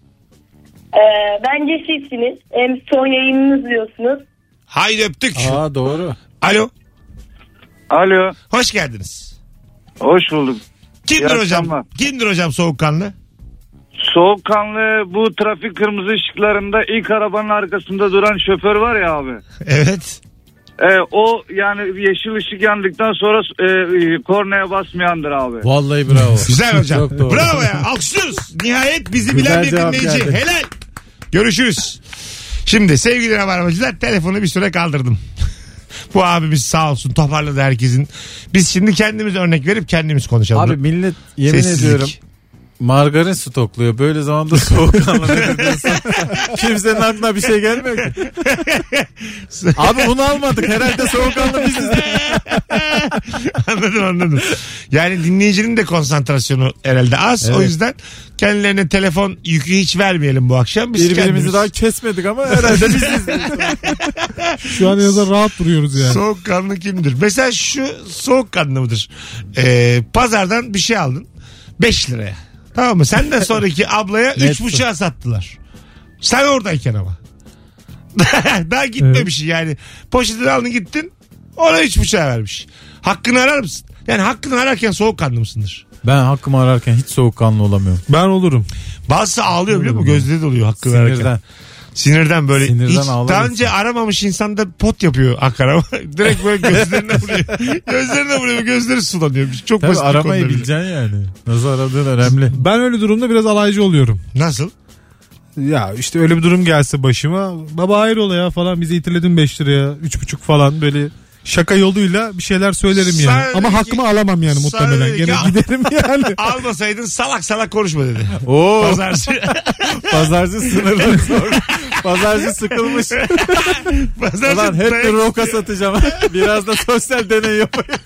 Bence sizsiniz. Hem son yayınınızı diyorsunuz. Haydi öptük. Aa doğru. Alo. Alo. Hoş geldiniz. Hoş bulduk. Kimdir İyi hocam? akşamlar. Kimdir hocam soğukkanlı? Soğukkanlı bu trafik kırmızı ışıklarında ilk arabanın arkasında duran şoför var ya abi. Evet. O yani yeşil ışık yandıktan sonra kornaya basmayandır abi. Vallahi bravo. Güzel hocam. Çok doğru. Bravo ya. Alkışlıyoruz. Nihayet bizi Güzel bilen bir cevap dinleyici. geldi. Helal. Görüşürüz. Şimdi sevgili rabarbacılar, telefonu bir süre kaldırdım. Bu abimiz sağ olsun toparladı herkesin. Biz şimdi kendimiz örnek verip kendimiz konuşalım. Abi millet yemin Sessizlik. ediyorum margarin stokluyor. Böyle zamanda soğukkanlı nedir diyorsun. Kimsenin aklına bir şey gelmiyor ki. Abi bunu almadık. Herhalde soğukkanlı biziz. Anladım. Yani dinleyicinin de konsantrasyonu herhalde az. Evet. O yüzden kendilerine telefon yükü hiç vermeyelim bu akşam. Biz Birbirimizi kendimiz... daha kesmedik ama herhalde biziz. Şu an en azından rahat duruyoruz yani. Soğukkanlı kimdir? Mesela şu soğukkanlı mıdır? Pazardan bir şey aldın 5 liraya. Tamam mı? Senden sonraki ablaya 3,5'a sattılar. Sen oradayken ama. Daha gitmemiş yani. Poşetini aldın gittin, ona 3,5'a vermiş. Hakkını arar mısın? Yani hakkını ararken soğukkanlı mısındır? Ben hakkımı ararken hiç soğukkanlı olamıyorum. Ben olurum. Bazısı ağlıyor biliyor musun? Gözleri doluyor hakkını ararken. Sinirden böyle. Sinirden hiç ağlar daha mısın? önce aramamış insanda pot yapıyor hak arama. Direkt böyle gözlerine vuruyor. Gözlerine vuruyor. Gözleri sulanıyor. Çok Tabii basit bir aramayı konuda bile. bileceksin yani. Nasıl aradığın önemli. Ben öyle durumda biraz alaycı oluyorum. Nasıl? Ya işte öyle bir durum gelse başıma, baba hayrola ya falan, bizi itiledin 5 liraya 3,5 falan, böyle şaka yoluyla bir şeyler söylerim yani. Sadece Ama hakkımı alamam yani muhtemelen. sadece Gene ki- giderim yani. Almasaydın salak salak konuşma dedi. Oo, Pazarcı. pazarcı sınırları zor. Pazarcı sıkılmış. Pazarcı Ulan hep dayak- bir roka satacağım. Biraz da sosyal deney yapayım.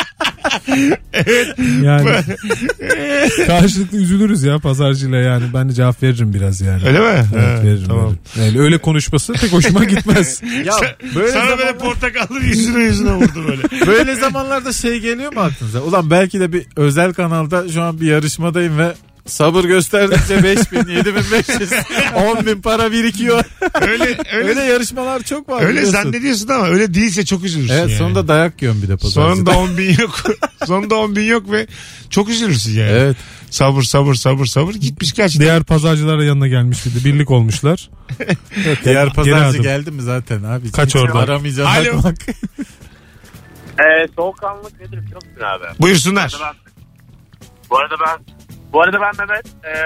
Yani karşılıklı üzülürüz ya pazarcıyla yani. Ben de cevap veririm biraz yani. Öyle mi? Evet, Ha, veririm. tamam. Yani öyle konuşması pek hoşuma gitmez. Ya böyle Sana böyle portakallı yüzüne vurdu böyle. böyle zamanlarda şey geliyor mu aklınıza? Ulan belki de bir özel kanalda şu an bir yarışmadayım ve sabır gösterdikçe 5.000, 7.500, 10.000 para birikiyor. Öyle yarışmalar çok var. Öyle biliyorsun. zannediyorsun ama öyle değilse çok üzülürsün. Evet, yani. sonunda dayak yiyorsun bir de pazarcıda. Sonunda 10.000 yok. Sonunda 10.000 yok ve çok üzülürsün yani. Evet. Sabır gitmiş gerçekten. Diğer pazarcılara yanına gelmiş bir de. Birlik olmuşlar. Diğer Geri pazarcı adım. geldi mi zaten abi? Kaç Hiç orada? Aramayacağım. Alo. Bak. Soğukkanlılık nedir biliyor musun abi? Buyursunlar. Bu arada ben Mehmet.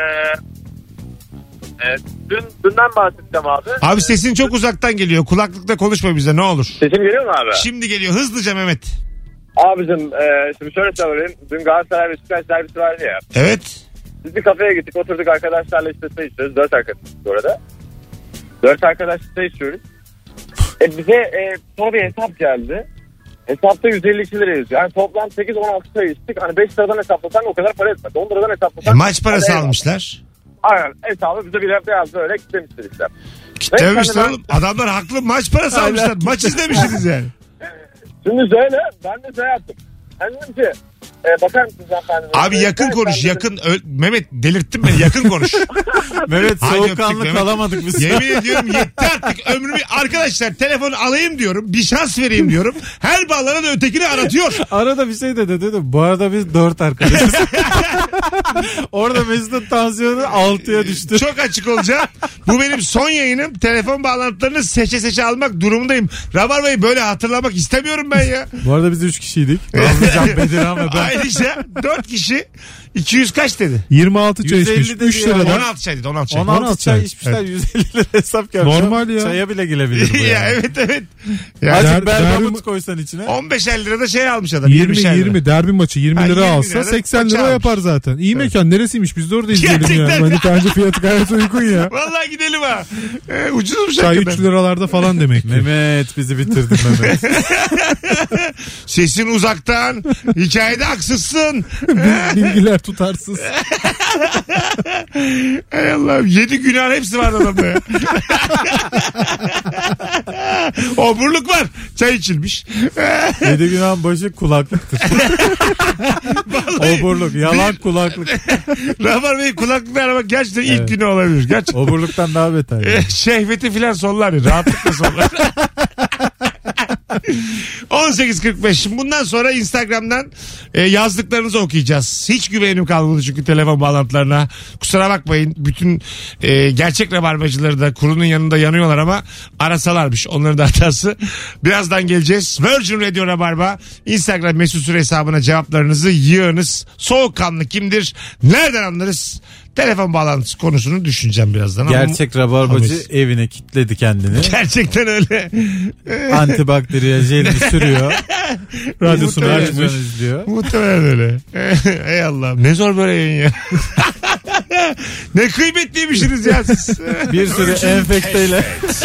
Dünden bahsedeceğim abi. Abi sesin çok uzaktan geliyor. Kulaklıkta konuşma bize ne olur. Sesim geliyor mu abi? Şimdi geliyor hızlıca Mehmet. Abicim şimdi şöyle söyleyeyim. Dün Galatasaray ve Süper servisi vardı ya. Evet. Biz bir kafeye gittik, oturduk arkadaşlarla, işte çay içiyoruz. 4 arkadaşız bu arada. 4 arkadaş çay içiyoruz. Bize sonra bir hesap geldi. Hesapta 152 lira yazıyor. Yani toplam 8-16 çay içtik. Hani 5 liradan hesaplasan o kadar para etmez. 10 liradan hesaplasan. Maç parası Hadi almışlar. Aynen, hesabı bize bir hafta yazdı, öyle kitlemişler işte. Kitlemişler ben- oğlum. Adamlar haklı, maç parası Hala almışlar. Maç izlemişsiniz yani. Şimdi şöyle, ben de şey yaptım. Ben dedim ki bakar mısınız hanımefendi? Abi yakın konuş, yakın. Mehmet delirttin beni, yakın konuş. Mehmet Hadi öptük soğukkanlı Mehmet. kalamadık biz. Yemin ediyorum yetti artık ömrümü. Arkadaşlar telefonu alayım diyorum. Bir şans vereyim diyorum. Her bağlanan ötekini aratıyor. Arada bir şey de dedi. Bu arada biz 4 arkadaşız. Orada Mesut'un tansiyonu 6'ya düştü. Çok açık olacağım. Bu benim son yayınım. Telefon bağlantılarını seçe seçe almak durumundayım. Rabarba'yı böyle hatırlamak istemiyorum ben ya. Bu arada biz 3 kişiydik. Nazlıcan, Bedirhan ve ben. Ayrıca 4 kişi 200 kaç dedi? 26 çay 150 içmiş. dedi 3 ya. liradan. 16 çay dedi, 16 çay. 16 çay çay. içmişler, 150 lira hesap gelmiş. Normal ya. Çaya bile gelebilir bu ya yani. evet. Yani Azıcık Der- bergamot derbi- koysan içine. 15'er lirada şey almış adam. 20 20'şer lira. 20 derbi maçı 20 Ha, lira 20 alsa lirada 80 maçı lira almış. yapar zaten. İyi mekan neresiymiş, biz de orada izleyelim Gerçekten. yani. Hani bence fiyatı gayet uygun ya. Vallahi gidelim ha. Ucuzmuş Çay 3 hakikaten. liralarda falan demek ki. Mehmet bizi bitirdin Mehmet. Sesin uzaktan. Hikayede haksızsın. Bilgiler tutarsız. Hay Allah'ım. 7 günah hepsi var adamda ya. Oburluk var. Çay içilmiş. 7 günahın başı kulaklıktır. Oburluk, yalan kulaklık. Rabar Bey kulaklıkla aramak gerçekten ilk Evet. günü olabilir. Gerçekten. Oburluktan daha beter. Yani. Şehveti filan sollar ya. Rahatlıkla sollar. 18.45. Şimdi bundan sonra Instagram'dan yazdıklarınızı okuyacağız. Hiç güvenim kalmadı çünkü telefon bağlantılarına. Kusura bakmayın. Bütün gerçek rabarbacıları da kurunun yanında yanıyorlar ama arasalarmış. Onların da hatası. Birazdan geleceğiz. Virgin Radio Rabarba. Instagram mesut süre hesabına cevaplarınızı yığınız. Soğukkanlı kimdir? Nereden anlarız? telefon bağlantısı konusunu düşüneceğim birazdan. Gerçek rabarbacı evine kilitledi kendini. Gerçekten öyle. Antibakteriyel jelini sürüyor. Radyosunu açmış. izliyor. Muhtemelen öyle. Ey Allah'ım ne zor böyle yayın ya. Ne kıymetliymişsiniz ya siz. Bir sürü enfekteyle.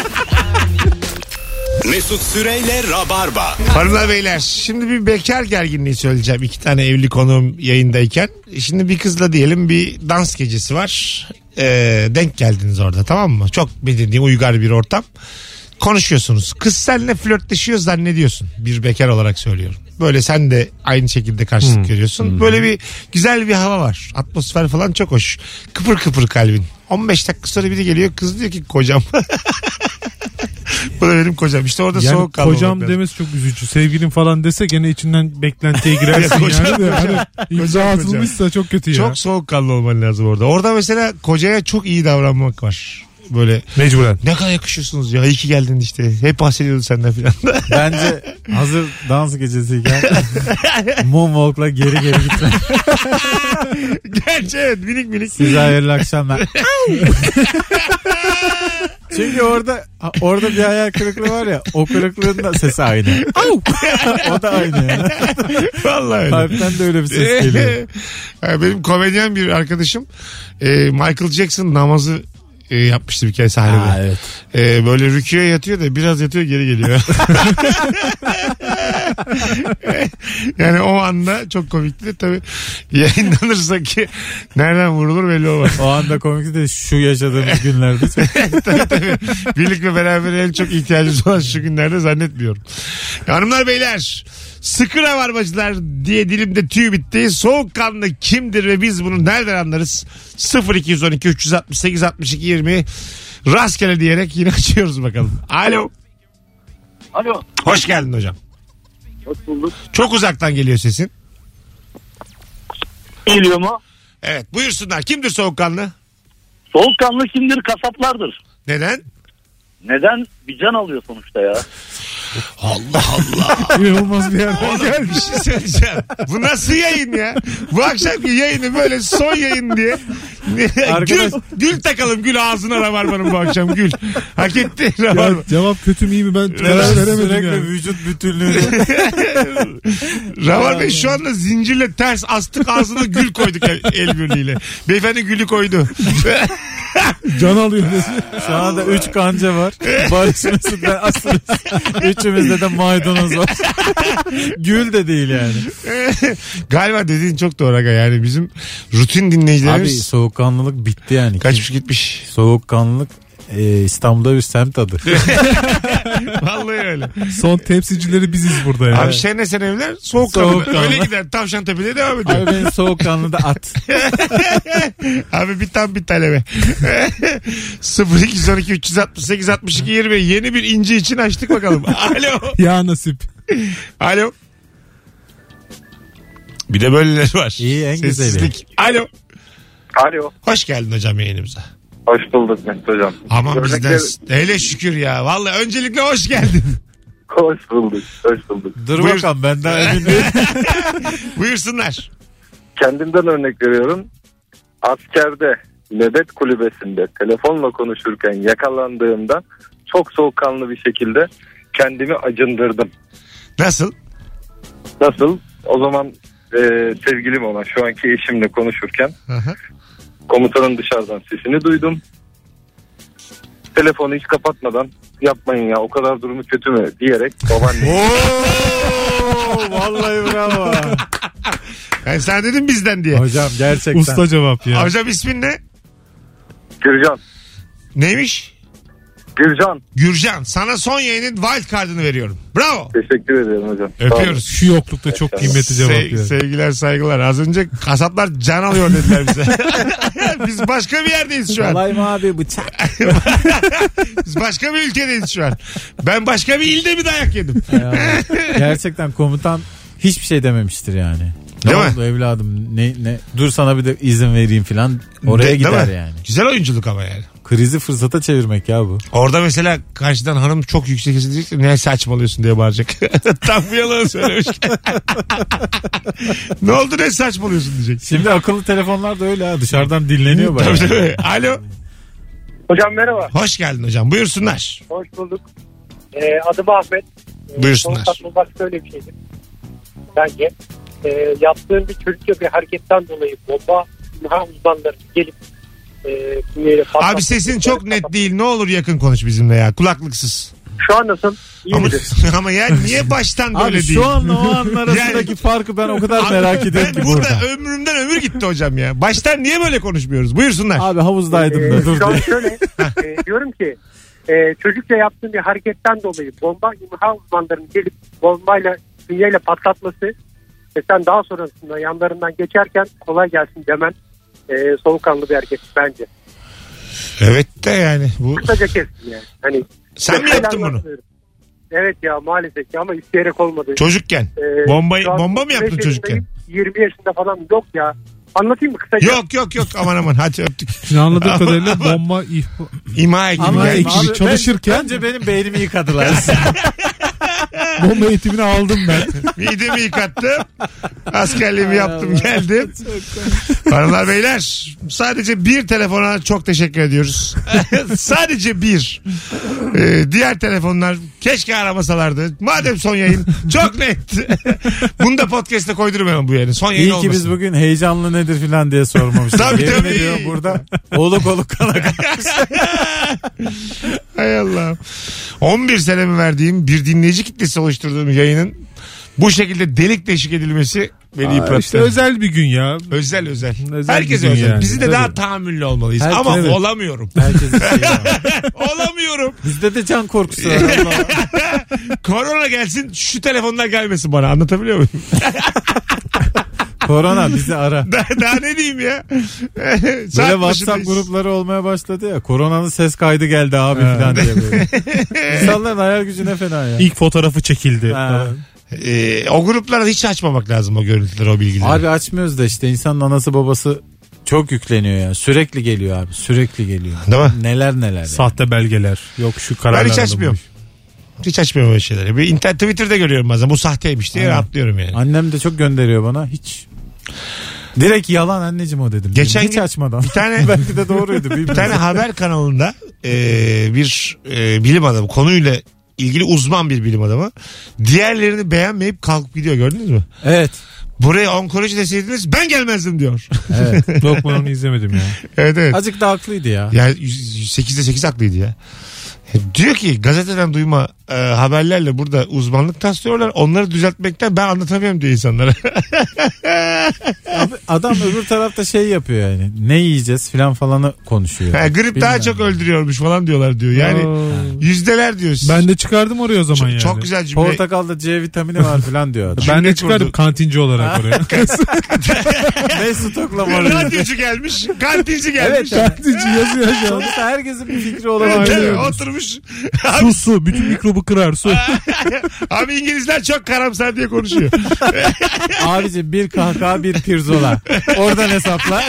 Mesut Süreyle Rabarba. Hanımlar beyler, şimdi bir bekar gerginliği söyleyeceğim. 2 tane evli konuğum yayındayken. Şimdi bir kızla diyelim bir dans gecesi var. Denk geldiniz orada, tamam mı? Çok medeni, uygar bir ortam. Konuşuyorsunuz. Kız seninle flörtleşiyor zannediyorsun. Bir bekar olarak söylüyorum. Böyle sen de aynı şekilde karşılık görüyorsun. Böyle bir güzel bir hava var. Atmosfer falan çok hoş. Kıpır kıpır kalbin. 15 dakika sonra biri geliyor. Kız diyor ki kocam. Bu da benim kocam. İşte orada Yani soğuk kalmamak kocam lazım. demesi çok üzücü. Sevgilim falan dese gene içinden beklentiye girersin Kocam, yani. De. Hani imza Kocam. atılmışsa çok kötü ya. Çok soğukkanlı olman lazım orada. Orada mesela kocaya çok iyi davranmak var. Böyle Mecburen. ne kadar yakışıyorsunuz ya, iyi ki geldin işte. Hep bahsediyordu senden filan. Bence hazır dans gecesiyken moonwalk'la geri gitme. Gerçi evet, minik minik. Size hayırlı akşamlar. Çünkü orada bir hayal kırıklığı var ya, o kırıklığın da sesi aynı. O da aynı yani. Vallahi öyle. Kalpten de öyle bir ses geliyor. Benim komedyen bir arkadaşım Michael Jackson namazı yapmıştı bir kere sahnede. Evet. Böyle rüküye yatıyor da biraz yatıyor geri geliyor. Yani o anda çok komikti. Tabii yayınlanırsa ki nereden vurulur belli olmaz. O anda komikti de şu yaşadığımız günlerde. tabii. Birlik ve beraber en çok ihtiyacımız olan şu günlerde zannetmiyorum. Hanımlar beyler, sıkı rabarbacılar diye dilimde tüy bitti. Soğukkanlı kimdir ve biz bunu nereden anlarız? 0212 368 62 20 rastgele diyerek yine açıyoruz bakalım. Alo. Alo. Hoş geldin hocam. Hoş bulduk. Çok uzaktan geliyor sesin. Geliyor mu? Evet, buyursunlar. Kimdir soğukkanlı? Soğukkanlı kimdir? Kasaplardır. Neden? Neden? Bir can alıyor sonuçta ya. Allah Allah. İnanılmaz bir yerden Oğlum geldi. bir şey söyleyeceğim. Bu nasıl yayın ya? Bu akşamki yayını böyle son yayın diye. Arkadaş... Gül takalım, gül ağzına Rabarba'nın bu akşam, gül. Hak etti Rabarba. Ya, cevap kötü mü iyi mi ben karar veremedim Sürekli yani. vücut bütünlüğünü. Rabarba şu anda zincirle ters astık, ağzına gül koyduk el birliğiyle. Beyefendi gülü koydu. Can alıyor. Şu anda 3 kanca var. Barış Mesut ben aslında üçümüzde de maydanoz var. Gül de değil yani. Galiba dediğin çok doğru aga, yani bizim rutin Abi dinleyicilerimiz soğukkanlılık bitti yani. kaçmış gitmiş. Soğukkanlılık İstanbul'da bir semt adı. Vallahi öyle. Son tepsicileri biziz burada ya. Abi sen evler soğukkanlı. Soğukkanlı. Öyle gider. Tavşantepe'de devam ediyor. Abi benim soğukkanlı da at. Abi bir talebe. 0212 368 62 20 yeni bir inci için açtık bakalım. Alo. Ya nasip. Alo. Bir de böyleleri var. İyi, en güzeli. Sessizlik. Alo. Alo. Hoş geldin hocam yayınımıza. Hoş bulduk Mesut hocam. Aman bizden hele şükür ya. Vallahi öncelikle hoş geldin. Hoş bulduk. Hoş bulduk. Dur Buyur. bakalım ben daha emin değilim. Buyursunlar. Kendimden örnek veriyorum. Askerde nöbet kulübesinde telefonla konuşurken yakalandığımda çok soğukkanlı bir şekilde kendimi acındırdım. Nasıl? Nasıl? O zaman sevgilim olan şu anki eşimle konuşurken Aha. komutanın dışarıdan sesini duydum. Telefonu hiç kapatmadan yapmayın ya o kadar durumu kötü mü diyerek babaanne. Vallahi bravo. Yani sen dedin bizden diye. Hocam gerçekten. Usta cevap ya. Hocam ismin ne? Gürcan. Neymiş? Gürcan. Gürcan. Sana son yayının wild card'ını veriyorum. Bravo. Teşekkür ederim hocam. Öpüyoruz. Şu yoklukta çok kıymetli cevap yani. Sevgiler saygılar. Az önce kasaplar can alıyor dediler bize. Biz başka bir yerdeyiz şu an. Kolay mı abi bıçak? Biz başka bir ülkedeyiz şu an. Ben başka bir ilde bir dayak yedim. Gerçekten komutan hiçbir şey dememiştir yani. Ne Değil mi? oldu evladım ne dur sana bir de izin vereyim falan oraya Değil gider mi? yani. Güzel oyunculuk ama yani. Krizi fırsata çevirmek ya bu. Orada mesela karşıdan hanım çok yüksek sesle diyecek, ne saçmalıyorsun diye bağıracak. Tam bir yalan söylemiş. Ne oldu, ne saçmalıyorsun diyecek. Şimdi akıllı telefonlar da öyle ha, dışarıdan dinleniyor bayağı. Tabii. Alo. Hocam merhaba. Hoş geldin hocam, buyursunlar. Hoş bulduk. Adım Ahmet. Buyursunlar. Soğuk atılmak şöyle bir şeydir. Bence yaptığın bir çocukça bir hareketten dolayı bomba uzmanları gelip abi sesin çok net değil, ne olur yakın konuş bizimle ya, kulaklıksız. Şu an nasıl? İyi midir? Ama yani niye baştan böyle abi değil? şu anla o an arasındaki farkı ben o kadar merak ediyorum ki burada. Burada ömrümden ömür gitti hocam ya. Baştan niye böyle konuşmuyoruz? Buyursunlar. Abi havuzdaydım da dur Şu an diye. şöyle diyorum ki çocukça yaptığın bir hareketten dolayı bomba imha uzmanlarının gelip bombayla bünyeyle patlatması ve sen daha sonrasında yanlarından geçerken kolay gelsin demen soğukkanlı bir hareket bence. Evet de yani bu. Kısaca kestim yani. Hani sen mi yaptın bunu? Evet ya maalesef ki ama isteyerek olmadı. Çocukken. Bomba mı yaptın çocukken? 20 yaşında falan yok ya. Anlatayım mı kısaca? Yok aman hadi öptük. Şimdi anladığım kadarıyla bomba İmha ekibi çalışırken bence benim beynimi yıkadılar. bomba eğitimini aldım ben. Midemi yıkattım. Askerliğimi yaptım geldim. Hanımlar beyler, sadece bir telefona çok teşekkür ediyoruz. Sadece bir. Diğer telefonlar keşke aramasalardı. Madem son yayın çok net. Bunu da podcast'e koydurum hemen bu yayını. Son yayın İyi olmasın. ki biz bugün heyecanlı nedir filan diye sormamışız. Tabii. Ediyorum burada oluk kana kalmış. Hay Allah. 11 senemi verdiğim bir dinleyici kitlesi oluşturduğum yayının bu şekilde delik deşik edilmesi beni yıprattı. İşte özel bir gün ya. Özel. bir Herkese gün özel. yani. Bizi de Tabii. daha tahammüllü olmalıyız. Herkes, ama evet. olamıyorum. Herkesin şeyi var. Olamıyorum. Bizde de can korkusu var. Allah. Korona gelsin, şu telefonlar gelmesin bana, anlatabiliyor muyum? Korona bizi ara. Daha ne diyeyim ya? Böyle WhatsApp grupları olmaya başladı ya. Koronanın ses kaydı geldi abi falan diye böyle. İnsanların hayal gücü ne fena ya. İlk fotoğrafı çekildi. O gruplara hiç açmamak lazım o görüntüleri, o bilgileri. Abi açmıyoruz da işte insanın anası babası çok yükleniyor ya. Sürekli geliyor abi. Sürekli geliyor. Değil mi? Neler yani. Sahte belgeler. Yok şu kararlar. Ben hiç açmıyorum. Hiç açmıyorum öyle şeyleri. Bir Twitter'da görüyorum bazen. Bu sahteymiş diye atlıyorum yani. Annem de çok gönderiyor bana. Hiç. Direkt yalan anneciğim o dedim. Geçen hiç gün açmadan. Bir tane belki de doğruydu. Bir tane haber kanalında bir bilim adamı, konuyla ilgili uzman bir bilim adamı, diğerlerini beğenmeyip kalkıp gidiyor, gördünüz mü? Evet. Buraya onkoloji deseydiniz ben gelmezdim diyor. Evet. Yok ben onu izlemedim ya. Evet. Azıcık da haklıydı ya. Yani 8'de 8 haklıydı ya. Diyor ki gazeteden duyma haberlerle burada uzmanlık taslıyorlar. Onları düzeltmekten ben anlatamıyorum diyor insanlara. Abi, adam öbür tarafta şey yapıyor yani. Ne yiyeceğiz falanı konuşuyor. Grip daha çok öldürüyormuş falan diyorlar diyor. Yani yüzdeler diyor. Ben de çıkardım oraya o zaman yani. Çok güzel cümle. Portakalda C vitamini var falan diyor adam. Ben de çıkardım kantinci olarak oraya. Ne stoklamalıyız. Radyocu gelmiş, kantinci gelmiş. Kantinci yazıyor şu an. Sonuçta herkesin bir fikri olabilir. Oturmuş. Su bütün mikrobu kırar su. Abi İngilizler çok karamsar diye konuşuyor. Abicim bir kahkaha bir pirzola. Oradan hesapla.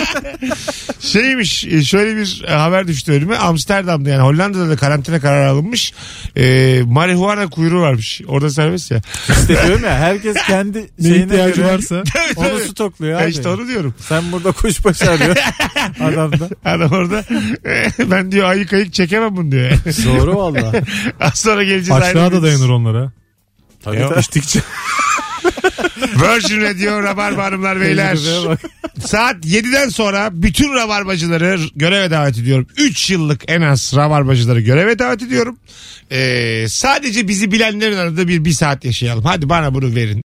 Şeymiş, şöyle bir haber düştü önüme. Amsterdam'da, yani Hollanda'da da karantina kararı alınmış. Marihuana kuyruğu varmış. Orada serbest ya. İşte diyorum ya, herkes kendi Ne şeyine ihtiyacı göre varsa. onu stokluyor abi. İşte onu diyorum. Sen burada kuşbaşı arıyor. Adam da. Adam orada ben diyor ayık ayık çekemem bunu diyor. Doğru valla. Az sonra geleceğiz. Aşağı da dayanır onlara. Tabii. İçtikçe. Virgin Radio Rabarba hanımlar beyler. Saat 7'den sonra bütün rabarbacıları göreve davet ediyorum. 3 yıllık en az rabarbacıları göreve davet ediyorum. Sadece bizi bilenlerin arasında bir saat yaşayalım. Hadi bana bunu verin.